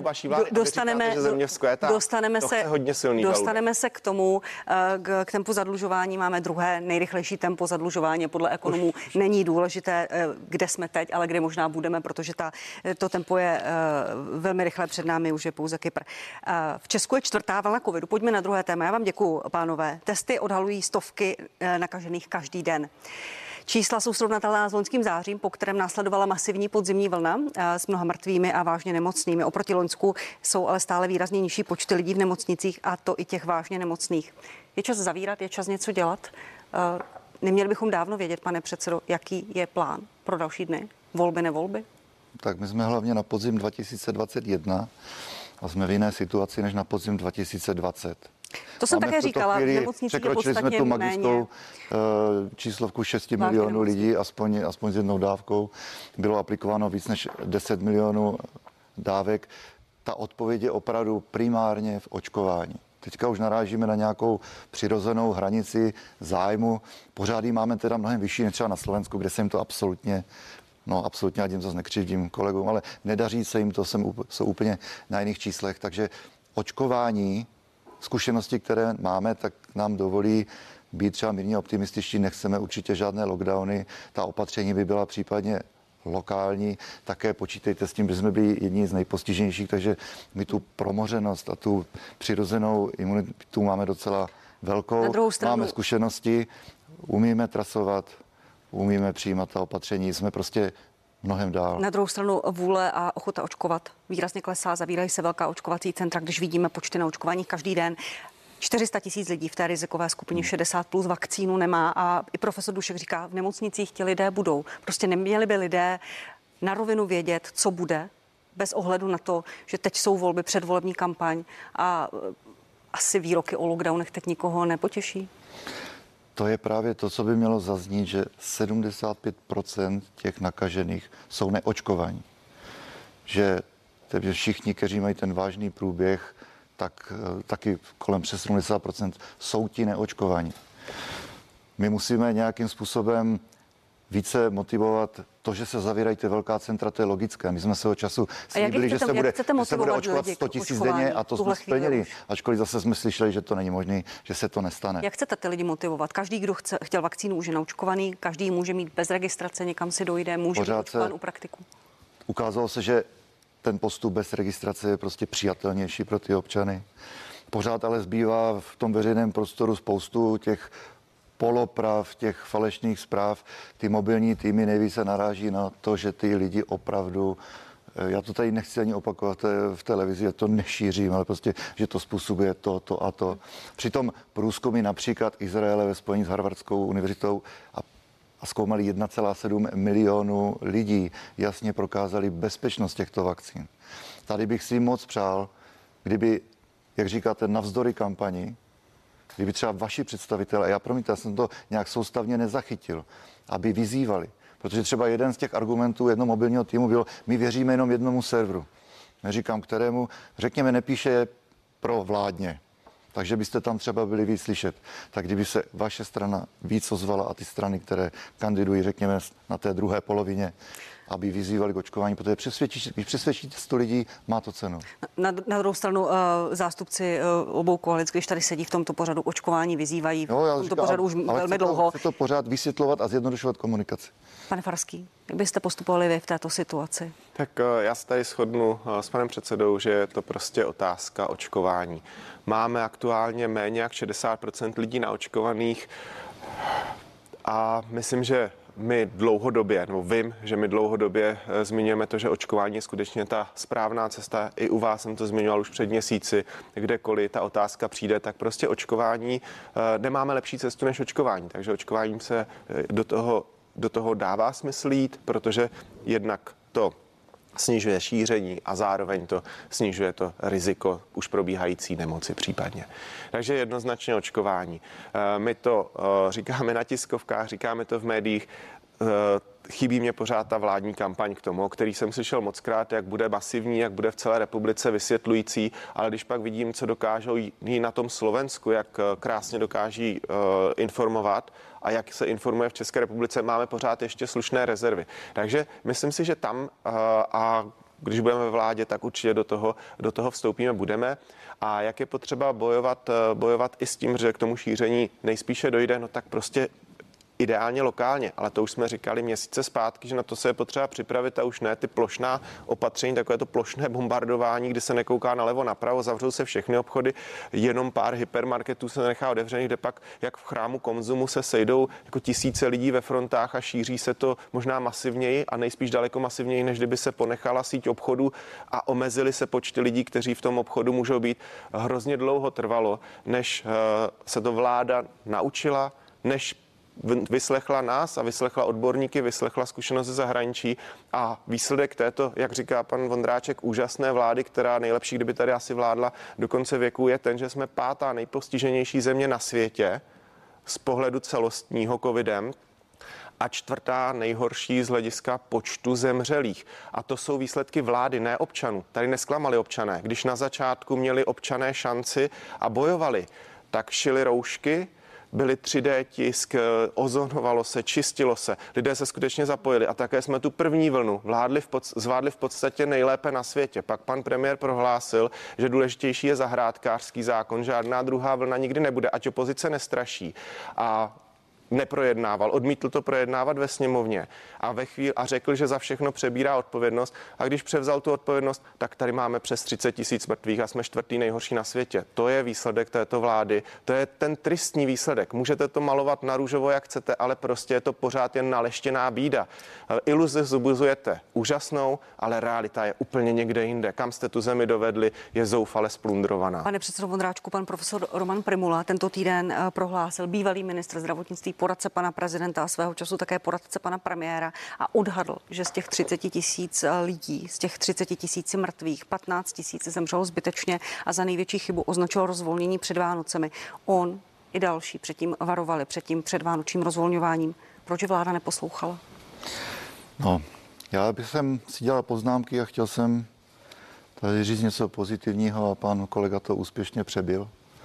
dostaneme se k tomu, k tempu zadlužování. Máme druhé nejrychlejší tempo zadlužování. Podle ekonomů není důležité, kde jsme teď, ale kde možná budeme, protože to tempo je velmi rychle před námi, už je pouze Kypr. V Česku je 4. vlna covidu. Pojďme na druhé téma. Já vám děkuju, pánové. Testy odhalují stovky nakažených každý den. Čísla jsou srovnatelná s loňským zářím, po kterém následovala masivní podzimní vlna s mnoha mrtvými a vážně nemocnými. Oproti loňsku jsou ale stále výrazně nižší počty lidí v nemocnicích a to i těch vážně nemocných. Je čas zavírat, je čas něco dělat. Neměli bychom dávno vědět, pane předsedo, jaký je plán pro další dny? Volby, nevolby? Tak my jsme hlavně na podzim 2021 a jsme v jiné situaci než na podzim 2020. To jsem také říkala, v nemocnicích je překročili jsme tu magickou číslovku 6 milionů lidí, aspoň s jednou dávkou. Bylo aplikováno víc než 10 milionů dávek. Ta odpověď je opravdu primárně v očkování. Teďka už narážíme na nějakou přirozenou hranici zájmu. Pořád ji máme teda mnohem vyšší než třeba na Slovensku, kde se jim to absolutně, já tím zase nekřivdím kolegům, ale nedaří se jim to, jsou úplně na jiných číslech. Takže očkování, zkušenosti, které máme, tak nám dovolí být třeba mírně optimističtí. Nechceme určitě žádné lockdowny. Ta opatření by byla případně lokální. Také počítejte s tím, že jsme byli jedni z nejpostiženějších, takže my tu promořenost a tu přirozenou imunitu máme docela velkou. Na druhou stranu... Máme zkušenosti, umíme trasovat, umíme přijímat ta opatření. Jsme prostě mnohem dál. Na druhou stranu vůle a ochota očkovat výrazně klesá, zavírají se velká očkovací centra, když vidíme počty na očkování každý den. 400 000 lidí v té rizikové skupině 60 plus vakcínu nemá a i profesor Dušek říká, v nemocnicích ti lidé budou. Prostě neměli by lidé na rovinu vědět, co bude, bez ohledu na to, že teď jsou volby, předvolební kampaň a asi výroky o lockdownech teď nikoho nepotěší. To je právě to, co by mělo zaznít, že 75% těch nakažených jsou neočkovaní. Že všichni, kteří mají ten vážný průběh, tak taky kolem přes 70% jsou ti neočkovaní. My musíme nějakým způsobem více motivovat to, že se zavírají ty velká centra, to je logické. My jsme svého času slíbili, že se bude očkovat 100 000 denně a to jsme splnili. Ačkoliv zase jsme slyšeli, že to není možné, že se to nestane. Jak chcete ty lidi motivovat? Každý, kdo chtěl vakcínu, už je naočkovaný, každý může mít bez registrace, někam si dojde, může být očkován u praktiku. Ukázalo se, že ten postup bez registrace je prostě přijatelnější pro ty občany. Pořád ale zbývá v tom veřejném prostoru spoustu těch poloprav, těch falešných zpráv. Ty mobilní týmy nejvíce naráží na to, že ty lidi opravdu, já to tady nechci ani opakovat v televizi, já to nešířím, ale prostě, že to způsobuje to a to. Přitom průzkumy například Izraele ve spojení s Harvardskou univerzitou a zkoumali 1,7 milionu lidí, jasně prokázali bezpečnost těchto vakcín. Tady bych si moc přál, kdyby, jak říkáte, navzdory kampani, kdyby třeba vaši představitelé, já jsem to nějak soustavně nezachytil, aby vyzývali. Protože třeba jeden z těch argumentů jednoho mobilního týmu byl, my věříme jenom jednomu serveru. Neříkám kterému, řekněme, nepíše pro vládně. Takže byste tam třeba byli víc slyšet. Tak kdyby se vaše strana víc ozvala a ty strany, které kandidují, řekněme, na té druhé polovině, aby vyzývali k očkování, protože když přesvědčíte 100 lidí, má to cenu. Na druhou stranu zástupci obou koalic, když tady sedí v tomto pořadu, očkování vyzývají v tomto pořadu už velmi dlouho. Chce to pořád vysvětlovat a zjednodušovat komunikaci. Pane Farský, jak byste postupovali vy v této situaci? Tak já se tady shodnu s panem předsedou, že je to prostě otázka očkování. Máme aktuálně méně jak 60% lidí naočkovaných a myslím, že my dlouhodobě, nebo vím, že my dlouhodobě zmiňujeme to, že očkování je skutečně ta správná cesta. I u vás jsem to zmiňoval už před měsíci, kdekoliv ta otázka přijde, tak prostě očkování, nemáme lepší cestu než očkování, takže očkováním se do toho dává smysl jít, protože jednak to snižuje šíření a zároveň to snižuje to riziko už probíhající nemoci případně. Takže jednoznačně očkování. My to říkáme na tiskovkách, říkáme to v médiích. Chybí mě pořád ta vládní kampaň k tomu, o který jsem slyšel mockrát, jak bude masivní, jak bude v celé republice vysvětlující, ale když pak vidím, co dokážou jí na tom Slovensku, jak krásně dokáží informovat a jak se informuje v České republice, máme pořád ještě slušné rezervy. Takže myslím si, že tam a když budeme ve vládě, tak určitě do toho vstoupíme, budeme. A jak je potřeba bojovat i s tím, že k tomu šíření nejspíše dojde, no tak prostě ideálně lokálně, ale to už jsme říkali měsíce zpátky, že na to se je potřeba připravit a už ne ty plošná opatření, takové to plošné bombardování, kdy se nekouká nalevo napravo, zavřou se všechny obchody, jenom pár hypermarketů se nechá otevřených, kde pak jak v chrámu Konzumu se sejdou jako tisíce lidí ve frontách a šíří se to možná masivněji a nejspíš daleko masivněji, než kdyby se ponechala síť obchodů a omezili se počty lidí, kteří v tom obchodu můžou být. Hrozně dlouho trvalo, než se to vláda naučila, než vyslechla nás a vyslechla odborníky, vyslechla zkušenost ze zahraničí a výsledek této, jak říká pan Vondráček, úžasné vlády, která nejlepší, kdyby tady asi vládla do konce věku, je ten, že jsme 5. nejpostiženější země na světě z pohledu celostního covidem a 4. nejhorší z hlediska počtu zemřelých. A to jsou výsledky vlády, ne občanů. Tady nesklamali občané. Když na začátku měli občané šanci a bojovali, tak šili roušky, byly 3D tisk, ozonovalo se, čistilo se, lidé se skutečně zapojili a také jsme tu první vlnu zvládli v podstatě nejlépe na světě. Pak pan premiér prohlásil, že důležitější je zahrádkářský zákon, žádná druhá vlna nikdy nebude, ať opozice nestraší. A neprojednával, odmítl to projednávat ve sněmovně a řekl, že za všechno přebírá odpovědnost. A když převzal tu odpovědnost, tak tady máme přes 30 000 mrtvých a jsme čtvrtý nejhorší na světě. To je výsledek této vlády, to je ten tristní výsledek. Můžete to malovat na růžovo, jak chcete, ale prostě je to pořád jen naleštěná bída. Iluze zobuzujete úžasnou, ale realita je úplně někde jinde. Kam jste tu zemi dovedli, je zoufale splundrovaná. Pane předsedo Vondráčku, pan profesor Roman Prymula tento týden prohlásil, bývalý ministr zdravotnictví, poradce pana prezidenta a svého času také poradce pana premiéra, a odhadl, že z těch 30 000 lidí, z těch 30 000 mrtvých, 15 000 zemřelo zbytečně a za největší chybu označil rozvolnění před Vánocemi. On i další předtím varovali před tím předvánočním rozvolňováním. Proč vláda neposlouchala? No, já bych si dělal poznámky a chtěl jsem tady říct něco pozitivního a pan kolega to úspěšně přebil.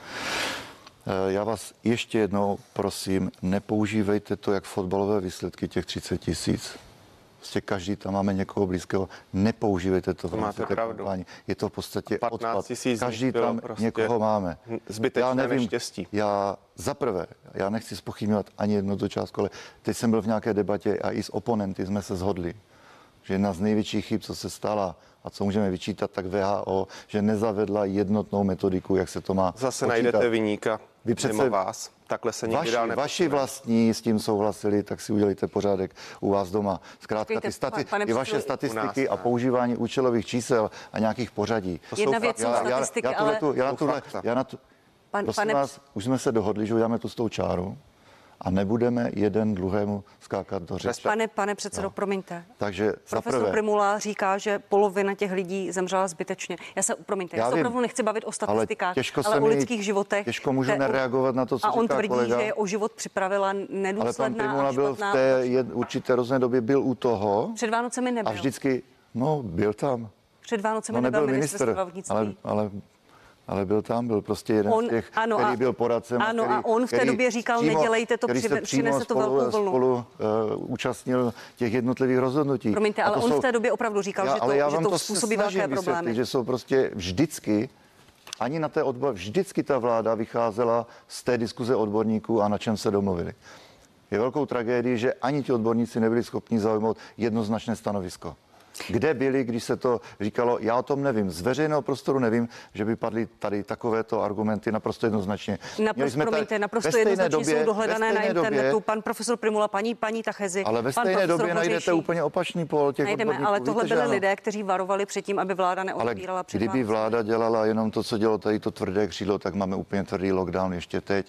Já vás ještě jednou prosím, nepoužívejte to jak fotbalové výsledky těch 30 000. Prostě každý tam máme někoho blízkého, nepoužívejte to. To máte pravdu. Kampani. Je to v podstatě 15 000 každý tam prostě někoho máme. Zbytečné neštěstí. Já nechci zpochybňovat ani jednu tu částku, ale teď jsem byl v nějaké debatě a i s oponenty jsme se shodli, že jedna z největších chyb, co se stala a co můžeme vyčítat, tak WHO, že nezavedla jednotnou metodiku, jak se to má Zase počítat. Najdete viníka mimo vás. Takhle se nikdy dál vaši vlastní s tím souhlasili, tak si udělejte pořádek u vás doma. Zkrátka ty vaše statistiky a používání účelových čísel a nějakých pořadí. Jedna věc jsou statistiky, ale... Prosím vás, už jsme se dohodli, že uděláme tu s tou čáru a nebudeme jeden druhému skákat do řeči. Pane předsedo, promiňte. Takže profesor Prymula říká, že polovina těch lidí zemřela zbytečně. Já se opravdu nechci bavit o statistikách, ale o lidských životech. Těžko můžu nereagovat na to, co říká kolega. A on tvrdí, kolega. že je o život připravila nedůsledná. Ale pan Prymula byl v té určité rozhodné době byl u toho. Před Vánocemi nebyl. A vždycky, byl tam. Před Vánocemi nebyl ministr zdravotnictví. Ale byl prostě jeden z těch, který byl poradcem. A on v té době říkal, nedělejte to, přinese to velkou vlnu. Spolu účastnil těch jednotlivých rozhodnutí. Promiňte, ale on v té době opravdu říkal, že to způsobí velké problémy. Že jsou prostě vždycky, ani na té vždycky ta vláda vycházela z té diskuze odborníků a na čem se domluvili. Je velkou tragédií, že ani ti odborníci nebyli schopni zaujmout jednoznačné stanovisko. Kde byli, když se to říkalo, já o tom nevím, z veřejného prostoru nevím, že by padly tady takovéto argumenty naprosto jednoznačně. Naprosto jednoznačně jsou dohledané na internetu. Pan profesor Prymula, paní Tachezi. Ale ve stejné době najdete úplně opačný pól těch odborníků. Ale tohle byli lidé, kteří varovali před tím, aby vláda neotvírala před Kdyby vláda dělala jenom to, co dělalo tady to tvrdé křídlo, tak máme úplně tvrdý lockdown ještě teď.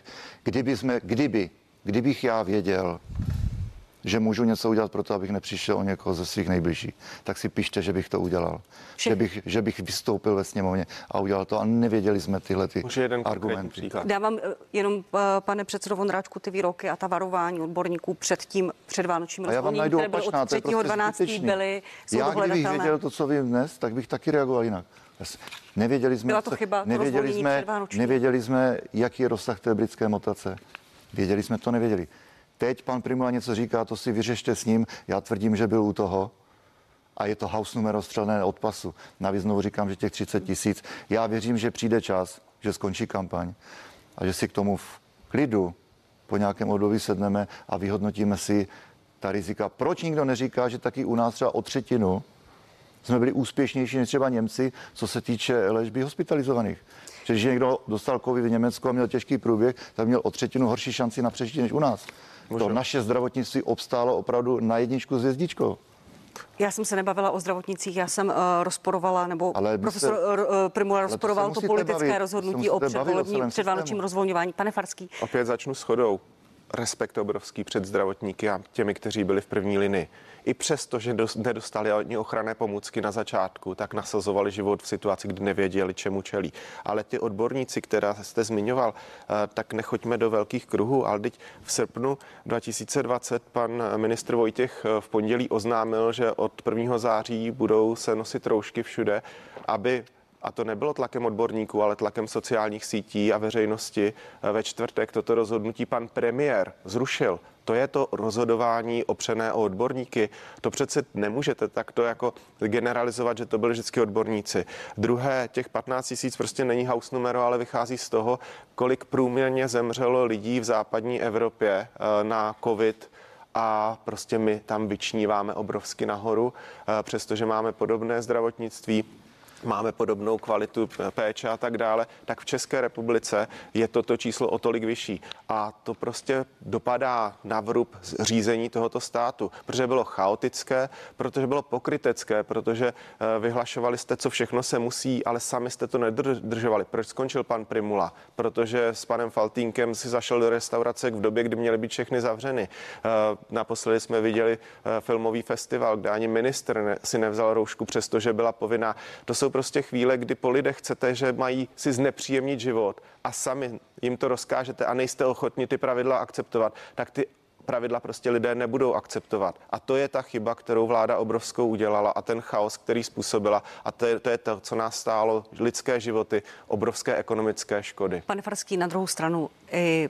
Kdybych já věděl, že můžu něco udělat pro to, abych nepřišel o někoho ze svých nejbližších, tak si pište, že bych to udělal. Že bych vystoupil ve sněmovně a udělal to a nevěděli jsme tyhle argumenty. Dávám jenom, pane předsedo Vondráčku, ty výroky a ta varování odborníků před tím předvánočním rozvolněním, které bylo od 3.12. byly, jsou dohledatelné. Kdybych věděl to, co vím dnes, tak bych taky reagoval jinak. Nevěděli jsme, byla to chyba, nevěděli jsme, jaký je rozsah té britské mutace. Věděli jsme to, nevěděli. Teď pan Prymula něco říká, to si vyřešte s ním. Já tvrdím, že byl u toho a je to house numero střelné od pasu. Navíc znovu říkám, že těch 30 000. Já věřím, že přijde čas, že skončí kampaň a že si k tomu v klidu po nějakém období sedneme a vyhodnotíme si ta rizika. Proč nikdo neříká, že taky u nás třeba o třetinu jsme byli úspěšnější než třeba Němci, co se týče léčby hospitalizovaných. Že když někdo dostal covid v Německu a měl těžký průběh, tak měl o třetinu horší šanci na přežití než u nás. To naše zdravotnictví obstálo opravdu na jedničku s hvězdičkou. Já jsem se nebavila o zdravotnicích, já jsem rozporovala, nebo profesor Prymula rozporoval to politické rozhodnutí o předvánočním rozvolňování. Pane Farský. Opět začnu shodou. Respekt obrovský před zdravotníky a těmi, kteří byli v první linii. I přesto, že nedostali ani ochranné pomůcky na začátku, tak nasazovali život v situaci, kdy nevěděli, čemu čelí. Ale ty odborníci, která jste zmiňoval, tak nechoďme do velkých kruhů. Ale teď v srpnu 2020 pan ministr Vojtěch v pondělí oznámil, že od 1. září budou se nosit roušky všude, aby a to nebylo tlakem odborníků, ale tlakem sociálních sítí a veřejnosti. Ve čtvrtek toto rozhodnutí pan premiér zrušil. To je to rozhodování opřené o odborníky. To přece nemůžete takto jako generalizovat, že to byli vždycky odborníci. Druhé, těch 15 000 prostě není house numero, ale vychází z toho, kolik průměrně zemřelo lidí v západní Evropě na covid, a prostě my tam vyčníváme obrovsky nahoru, přestože máme podobné zdravotnictví, máme podobnou kvalitu péče a tak dále, tak v České republice je toto číslo o tolik vyšší. A to prostě dopadá na vrub řízení tohoto státu, protože bylo chaotické, protože bylo pokrytecké, protože vyhlašovali jste, co všechno se musí, ale sami jste to nedržovali. Proč skončil pan Prymula? Protože s panem Faltýnkem si zašel do restaurace v době, kdy měly být všechny zavřeny. Naposledy jsme viděli filmový festival, kde ani ministr si nevzal roušku, přestože byla povinná. To jsou prostě chvíle, kdy po lidech chcete, že mají si znepříjemnit život a sami jim to rozkážete a nejste ochotni ty pravidla akceptovat, tak ty pravidla prostě lidé nebudou akceptovat. A to je ta chyba, kterou vláda obrovskou udělala a ten chaos, který způsobila. A to je to, co nás stálo lidské životy, obrovské ekonomické škody. Pane Farský, na druhou stranu i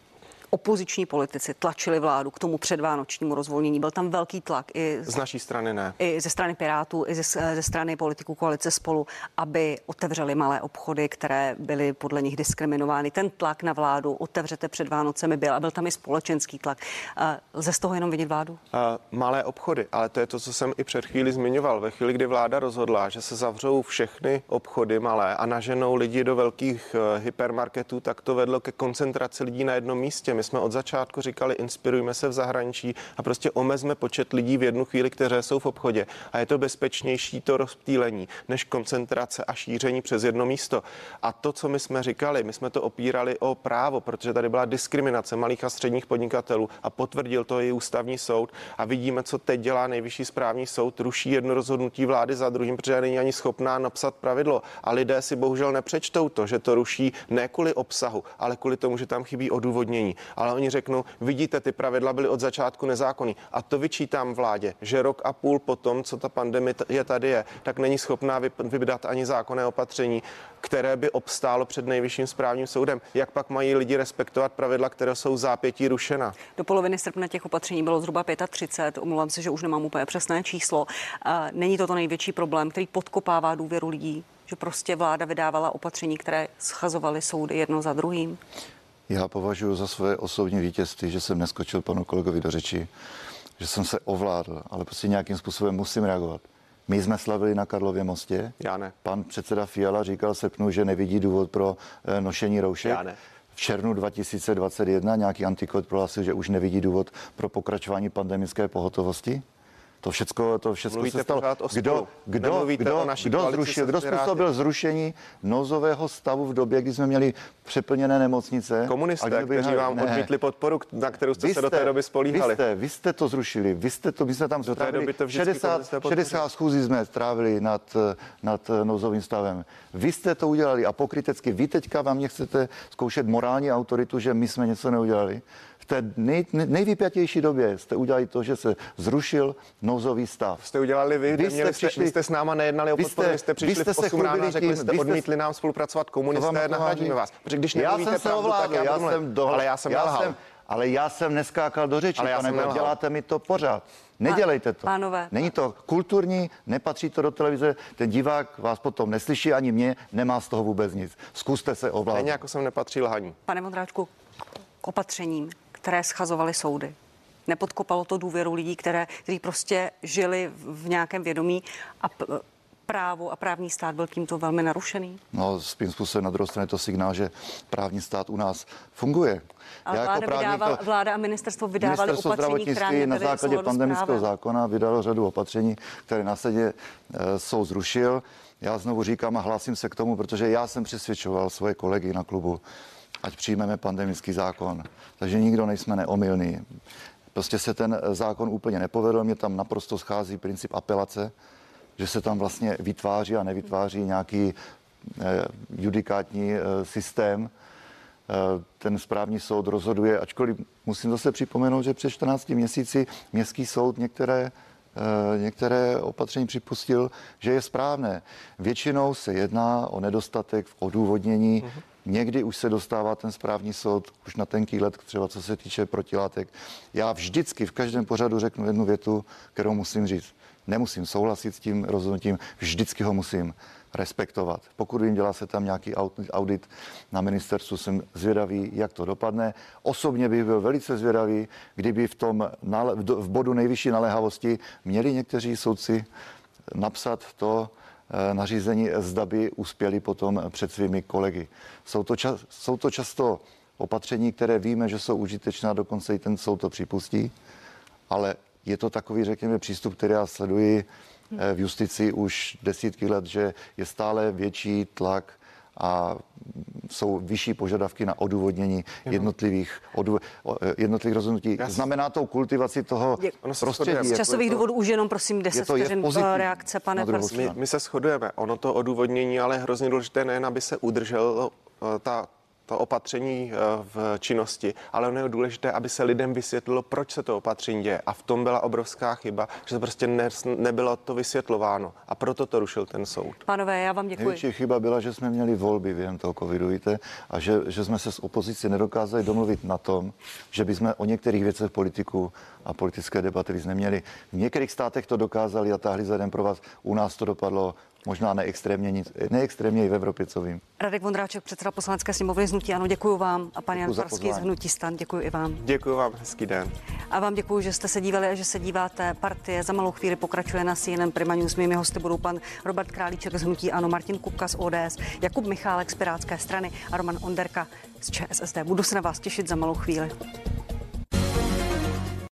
opoziční politici tlačili vládu k tomu předvánočnímu rozvolnění. Byl tam velký tlak i z naší strany ne. I ze strany Pirátů, i ze strany politiků koalice Spolu, aby otevřeli malé obchody, které byly podle nich diskriminovány. Ten tlak na vládu otevřete před Vánocemi byl a byl tam i společenský tlak. Lze z toho jenom vidět vládu? Malé obchody, ale to je to, co jsem i před chvíli zmiňoval. Ve chvíli, kdy vláda rozhodla, že se zavřou všechny obchody malé a naženou lidi do velkých hypermarketů, tak to vedlo ke koncentraci lidí na jednom místě. My jsme od začátku říkali, inspirujme se v zahraničí a prostě omezme počet lidí v jednu chvíli, kteří jsou v obchodě. A je to bezpečnější to rozptýlení, než koncentrace a šíření přes jedno místo. A to, co my jsme říkali, my jsme to opírali o právo, protože tady byla diskriminace malých a středních podnikatelů a potvrdil to i ústavní soud. A vidíme, co teď dělá Nejvyšší správní soud, ruší jedno rozhodnutí vlády za druhým, protože není ani schopná napsat pravidlo. A lidé si bohužel nepřečtou to, že to ruší ne kvůli obsahu, ale kvůli tomu, že tam chybí odůvodnění. Ale oni řeknou, vidíte, ty pravidla byly od začátku nezákonný. A to vyčítám vládě, že rok a půl po tom, co ta pandemie tady je, tak není schopná vydat ani zákonné opatření, které by obstálo před Nejvyšším správním soudem. Jak pak mají lidi respektovat pravidla, které jsou v zápětí rušena? Do poloviny srpna těch opatření bylo zhruba 35. Omlouvám se, že už nemám úplně přesné číslo. Není to největší problém, který podkopává důvěru lidí, že prostě vláda vydávala opatření, které schazovaly soudy jedno za druhým? Já považuji za své osobní vítězství, že jsem neskočil panu kolegovi do řeči, že jsem se ovládl, ale prostě nějakým způsobem musím reagovat. My jsme slavili na Karlově mostě. Já ne. Pan předseda Fiala říkal v srpnu, že nevidí důvod pro nošení roušek. Já ne. V červnu 2021 nějaký antikot prohlásil, že už nevidí důvod pro pokračování pandemické pohotovosti. To všechno se stalo. Kdo způsobil zrušení nouzového stavu v době, kdy jsme měli přeplněné nemocnice? Komunisté, kteří vám odmítli podporu, na kterou jste se do té doby spolíhali. Vy jste to zrušili, my jsme tam strávili 60 schůzí jsme strávili nad nouzovým stavem. Vy jste to udělali a pokrytecky. Vy teďka vám mě chcete zkoušet morální autoritu, že my jsme něco neudělali. V té nejvypjatější době jste udělali to, že se zrušil nouzový stav. Jste udělali vy jste s náma nejednali o podporu, vy jste přišli v 8 ráno a řekli jste, odmítli nám spolupracovat komunisté, nahradíme vás. Protože když nemluvíte pravdu, tak ale já jsem neskákal do řeči, pane, děláte mi to pořád. Nedělejte to. Pánové. Není to kulturní, nepatří to do televize, ten divák vás potom neslyší, ani mě, nemá z toho vůbec nic. Zkuste se ovládat. Stejně jako jsem nepatří lhaní. Pane Vondráčku, k opatřením, které schazovaly soudy. Nepodkopalo to důvěru lidí, kteří prostě žili v nějakém vědomí a právo a právní stát byl tímto velmi narušený? No, svým způsobem na druhou stranu je to signál, že právní stát u nás funguje. Ale vláda a ministerstvo vydávali opatření, která nebyly na základě pandemického zákona vydalo řadu opatření, které následně soud zrušil. Já znovu říkám a hlásím se k tomu, protože já jsem přesvědčoval svoje kolegy na klubu, ať přijmeme pandemický zákon. Takže nikdo nejsme neomylný. Prostě se ten zákon úplně nepovedl, mě tam naprosto schází princip apelace, že se tam vlastně vytváří a nevytváří nějaký judikátní systém. Ten správní soud rozhoduje, ačkoliv musím zase připomenout, že před 14 měsíci městský soud některé opatření připustil, že je správné. Většinou se jedná o nedostatek v odůvodnění Někdy už se dostává ten správní soud už na tenký led, třeba co se týče protilátek. Já vždycky v každém pořadu řeknu jednu větu, kterou musím říct. Nemusím souhlasit s tím rozhodnutím, vždycky ho musím respektovat. Pokud vím, dělá se tam nějaký audit na ministerstvu, jsem zvědavý, jak to dopadne. Osobně bych byl velice zvědavý, kdyby v bodu nejvyšší naléhavosti měli někteří soudci napsat to nařízení, zda by uspěli potom před svými kolegy. Jsou to často opatření, které víme, že jsou užitečná, dokonce i ten soud to připustí, ale je to takový, řekněme, přístup, který já sleduji v justici už desítky let, že je stále větší tlak a jsou vyšší požadavky na odůvodnění jednotlivých rozhodnutí. Znamená to kultivaci toho prostředí. Z časových důvodů už jenom prosím 10 vteřin reakce, pane Farský. My se shodujeme. Ono to odůvodnění, ale je hrozně důležité nejen, aby se udržel to opatření v činnosti, ale ono je důležité, aby se lidem vysvětlilo, proč se to opatření děje. A v tom byla obrovská chyba, že se prostě nebylo to vysvětlováno. A proto to rušil ten soud. Pánové, já vám děkuji. Největší chyba byla, že jsme měli volby během toho covidu, víte, a že jsme se s opozicí nedokázali domluvit na tom, že bychom o některých věcech politiku a politické debaty neměli. V některých státech to dokázali a táhli za jeden pro vás. U nás to dopadlo možná neextrémně i v Evropě, co vím. Radek Vondráček, předseda Poslanecké sněmovny z hnutí ANO, děkuji vám, a pan Jan Farský z hnutí STAN, děkuji i vám. Děkuji vám, hezký den. A vám děkuji, že jste se dívali a že se díváte. Partie za malou chvíli pokračuje na CNN Prima News. Mými hosty budou pan Robert Králíček z hnutí ANO, Martin Kupka z ODS, Jakub Michálek z Pirátské strany a Roman Onderka z ČSSD. Budu se na vás těšit za malou chvíli.